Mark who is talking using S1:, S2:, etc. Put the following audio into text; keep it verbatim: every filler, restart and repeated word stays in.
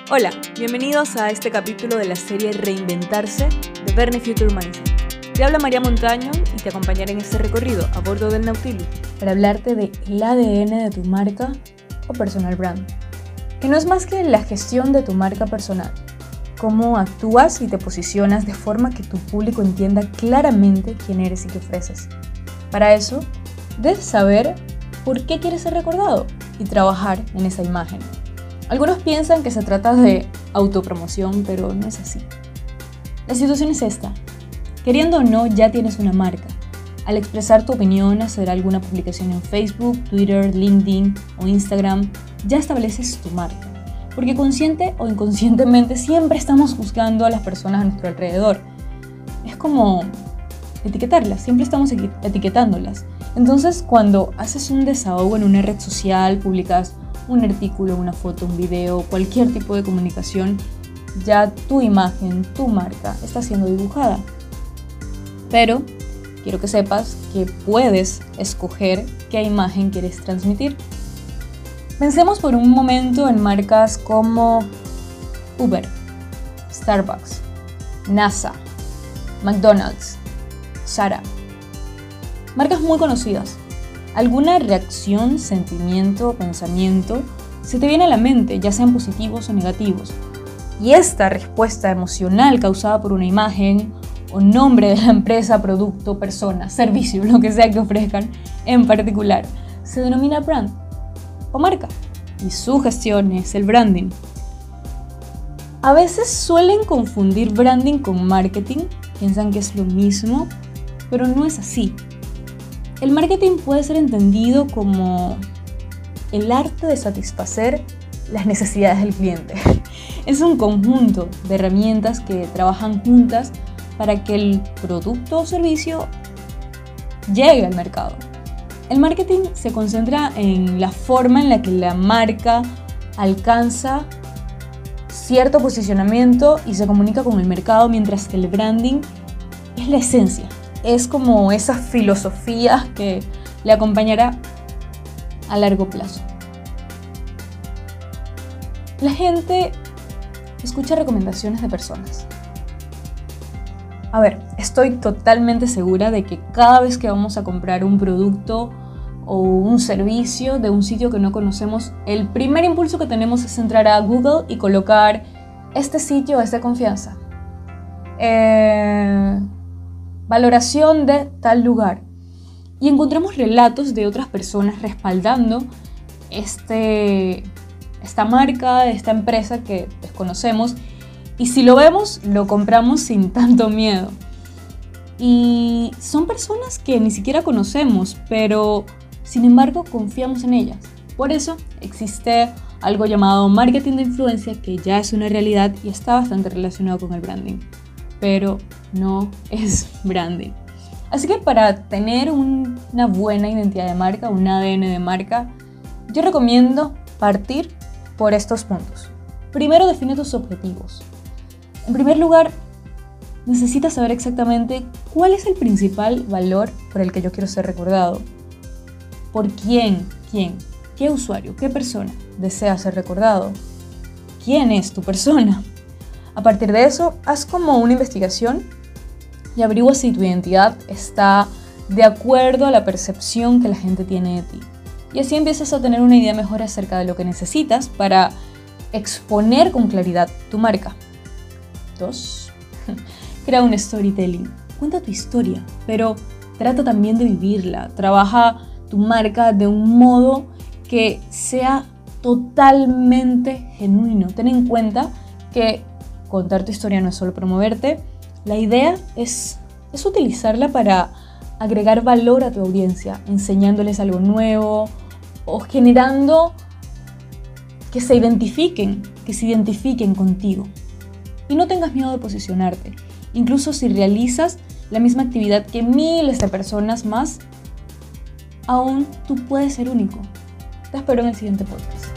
S1: Hola, bienvenidos a este capítulo de la serie Reinventarse de Verne Future Mindset. Te habla María Montaño y te acompañaré en este recorrido a bordo del Nautilus para hablarte del A D N de tu marca o personal brand, que no es más que la gestión de tu marca personal, cómo actúas y te posicionas de forma que tu público entienda claramente quién eres y qué ofreces. Para eso, debes saber por qué quieres ser recordado y trabajar en esa imagen. Algunos piensan que se trata de autopromoción, pero no es así. La situación es esta. Queriendo o no, ya tienes una marca. Al expresar tu opinión, hacer alguna publicación en Facebook, Twitter, LinkedIn o Instagram, ya estableces tu marca. Porque consciente o inconscientemente siempre estamos juzgando a las personas a nuestro alrededor. Es como etiquetarlas, siempre estamos etiquetándolas. Entonces, cuando haces un desahogo en una red social, publicas un artículo, una foto, un video, cualquier tipo de comunicación, ya tu imagen, tu marca está siendo dibujada. Pero quiero que sepas que puedes escoger qué imagen quieres transmitir. Pensemos por un momento en marcas como Uber, Starbucks, NASA, McDonald's, Zara. Marcas muy conocidas. ¿Alguna reacción, sentimiento o pensamiento se te viene a la mente, ya sean positivos o negativos? Y esta respuesta emocional causada por una imagen o nombre de la empresa, producto, persona, servicio, lo que sea que ofrezcan en particular, se denomina brand o marca. Y su gestión es el branding. A veces suelen confundir branding con marketing, piensan que es lo mismo, pero no es así. El marketing puede ser entendido como el arte de satisfacer las necesidades del cliente. Es un conjunto de herramientas que trabajan juntas para que el producto o servicio llegue al mercado. El marketing se concentra en la forma en la que la marca alcanza cierto posicionamiento y se comunica con el mercado, mientras que el branding es la esencia. Es como esa filosofía que le acompañará a largo plazo. La gente escucha recomendaciones de personas. A ver, estoy totalmente segura de que cada vez que vamos a comprar un producto o un servicio de un sitio que no conocemos, el primer impulso que tenemos es entrar a Google y colocar este sitio es de confianza. Eh... Valoración de tal lugar. Y encontramos relatos de otras personas respaldando este, esta marca, esta empresa que desconocemos. Y si lo vemos, lo compramos sin tanto miedo. Y son personas que ni siquiera conocemos, pero sin embargo confiamos en ellas. Por eso existe algo llamado marketing de influencia, que ya es una realidad y está bastante relacionado con el branding. Pero no es branding. Así que para tener un, una buena identidad de marca, un A D N de marca, yo recomiendo partir por estos puntos. Primero, define tus objetivos. En primer lugar, necesitas saber exactamente cuál es el principal valor por el que yo quiero ser recordado. ¿Por quién? ¿Quién? ¿Qué usuario? ¿Qué persona desea ser recordado? ¿Quién es tu persona? A partir de eso, haz como una investigación y averigua si tu identidad está de acuerdo a la percepción que la gente tiene de ti. Y así empiezas a tener una idea mejor acerca de lo que necesitas para exponer con claridad tu marca. Dos, crea un storytelling. Cuenta tu historia, pero trata también de vivirla. Trabaja tu marca de un modo que sea totalmente genuino. Ten en cuenta que contar tu historia no es solo promoverte, la idea es, es utilizarla para agregar valor a tu audiencia, enseñándoles algo nuevo o generando que se identifiquen, que se identifiquen contigo. Y no tengas miedo de posicionarte, incluso si realizas la misma actividad que miles de personas más, aún tú puedes ser único. Te espero en el siguiente podcast.